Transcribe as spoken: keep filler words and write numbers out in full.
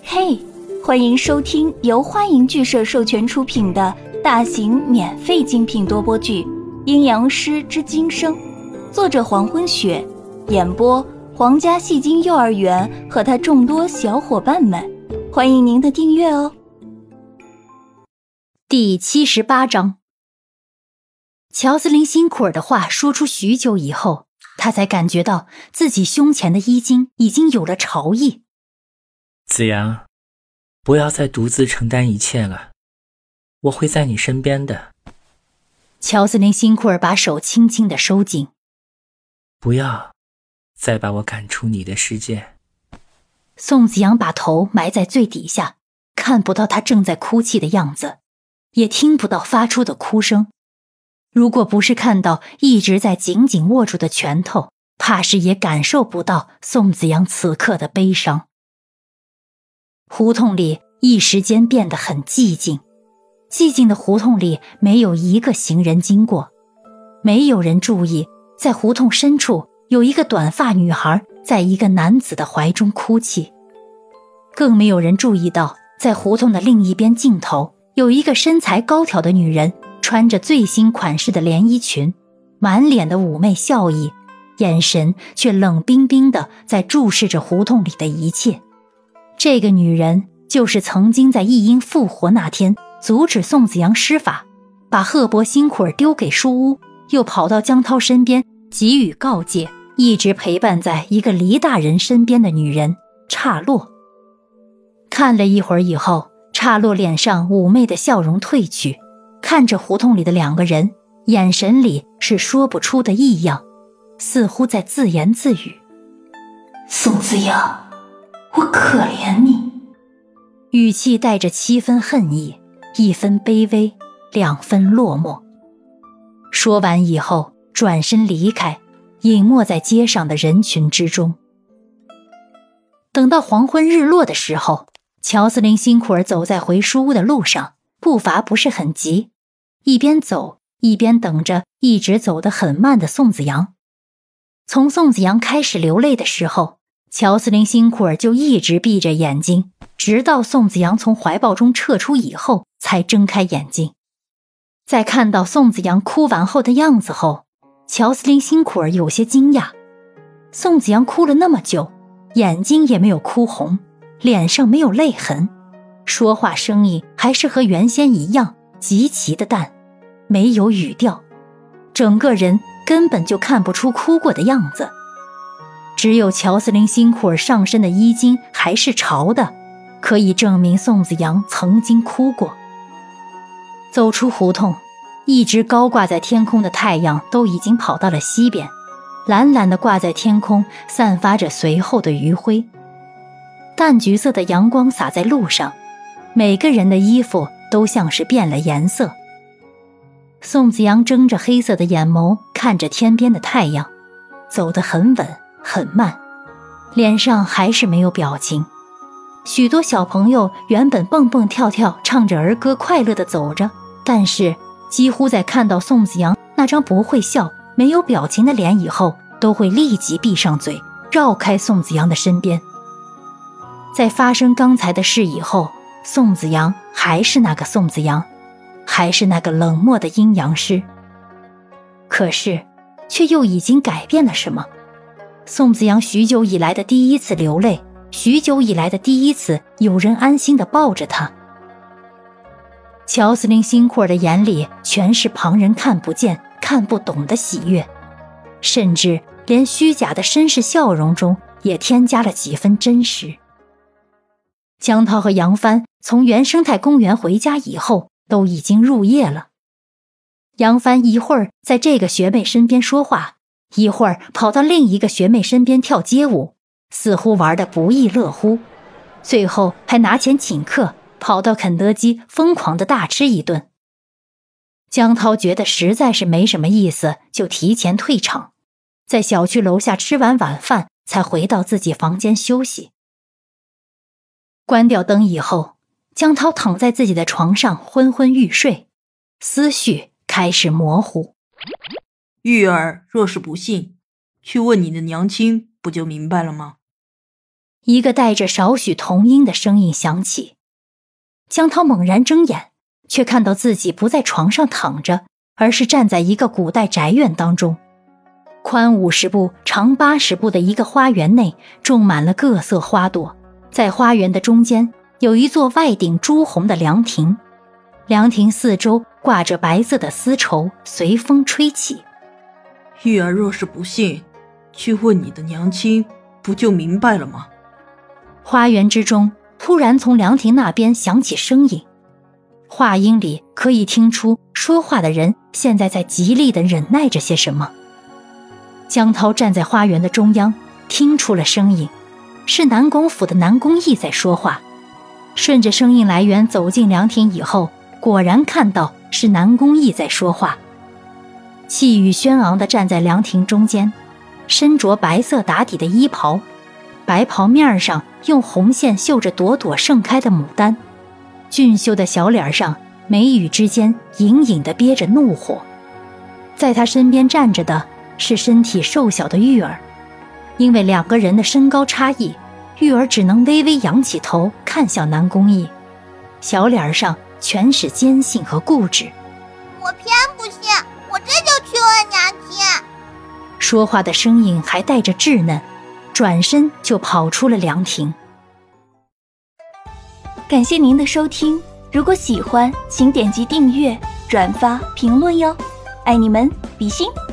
嘿，欢迎收听由花影剧社授权出品的大型免费精品多播剧《阴阳师之今生》，作者黄昏雪，演播皇家戏精幼儿园和他众多小伙伴们，欢迎您的订阅哦。 第七十八章，乔斯林辛库尔的话说出许久以后，他才感觉到自己胸前的衣襟已经有了潮意。 子阳，不要再独自承担一切了，我会在你身边的。 乔斯林辛库尔把手轻轻地收紧。 不要再把我赶出你的世界。 宋子阳把头埋在最底下，看不到他正在哭泣的样子，也听不到发出的哭声。如果不是看到一直在紧紧握住的拳头，怕是也感受不到宋子阳此刻的悲伤。胡同里一时间变得很寂静，寂静的胡同里没有一个行人经过，没有人注意在胡同深处有一个短发女孩在一个男子的怀中哭泣，更没有人注意到在胡同的另一边尽头有一个身材高挑的女人，穿着最新款式的连衣裙，满脸的妩媚笑意，眼神却冷冰冰地在注视着胡同里的一切。这个女人就是曾经在一阴复活那天阻止宋子阳施法，把赫伯辛库尔丢给书屋，又跑到江涛身边给予告诫，一直陪伴在一个黎大人身边的女人刹洛。看了一会儿以后，刹洛脸上妩媚的笑容褪去，看着胡同里的两个人，眼神里是说不出的异样，似乎在自言自语： 宋子阳，我可怜你。 语气带着七分恨意，一分卑微，两分落寞。说完以后，转身离开，隐没在街上的人群之中。等到黄昏日落的时候，乔斯林辛库尔走在回书屋的路上，步伐不是很急，一边走一边等着一直走得很慢的宋子阳。从宋子阳开始流泪的时候，乔斯林辛库尔就一直闭着眼睛，直到宋子阳从怀抱中撤出以后才睁开眼睛。在看到宋子阳哭完后的样子后，乔斯林辛库尔有些惊讶。宋子阳哭了那么久，眼睛也没有哭红，脸上没有泪痕，说话声音还是和原先一样极其的淡，没有语调，整个人根本就看不出哭过的样子。只有乔斯林辛库尔上身的衣襟还是潮的，可以证明宋子阳曾经哭过。走出胡同，一直高挂在天空的太阳都已经跑到了西边，蓝蓝的挂在天空，散发着随后的余晖。淡橘色的阳光洒在路上，每个人的衣服都像是变了颜色。宋子阳睁着黑色的眼眸看着天边的太阳，走得很稳很慢，脸上还是没有表情。许多小朋友原本蹦蹦跳跳唱着儿歌快乐地走着，但是几乎在看到宋子阳那张不会笑没有表情的脸以后，都会立即闭上嘴，绕开宋子阳的身边。在发生刚才的事以后，宋子阳还是那个宋子阳，还是那个冷漠的阴阳师，可是却又已经改变了什么。宋子阳许久以来的第一次流泪，许久以来的第一次有人安心地抱着他。乔斯林辛库尔的眼里全是旁人看不见看不懂的喜悦，甚至连虚假的绅士笑容中也添加了几分真实。江涛和杨帆从原生态公园回家以后都已经入夜了。杨帆一会儿在这个学妹身边说话，一会儿跑到另一个学妹身边跳街舞，似乎玩得不亦乐乎，最后还拿钱请客，跑到肯德基疯狂地大吃一顿。江涛觉得实在是没什么意思，就提前退场，在小区楼下吃完晚饭才回到自己房间休息。关掉灯以后，江涛躺在自己的床上昏昏欲睡，思绪开始模糊。 玉儿若是不信，去问你的娘亲不就明白了吗？ 一个带着少许童音的声音响起。江涛猛然睁眼，却看到自己不在床上躺着，而是站在一个古代宅院当中。宽五十步、长八十步的一个花园内，种满了各色花朵。在花园的中间，有一座外顶朱红的凉亭，凉亭四周挂着白色的丝绸，随风吹起。 玉儿若是不信，去问你的娘亲，不就明白了吗？ 花园之中，突然从凉亭那边响起声音，话音里可以听出说话的人现在在极力地忍耐着些什么。江涛站在花园的中央，听出了声音，是南宫府的南宫义在说话。顺着声音来源走进凉亭以后，果然看到是南宫义在说话。气宇轩昂地站在凉亭中间，身着白色打底的衣袍，白袍面上用红线绣着朵朵盛开的牡丹，俊秀的小脸上眉宇之间隐隐地憋着怒火。在他身边站着的是身体瘦小的玉儿，因为两个人的身高差异，玉儿只能微微扬起头看向南宫义，小脸上全是坚信和固执。 我偏不信，我这就去问娘亲。 说话的声音还带着稚嫩，转身就跑出了凉亭。 感谢您的收听，如果喜欢请点击订阅、转发、评论哟，爱你们，比心。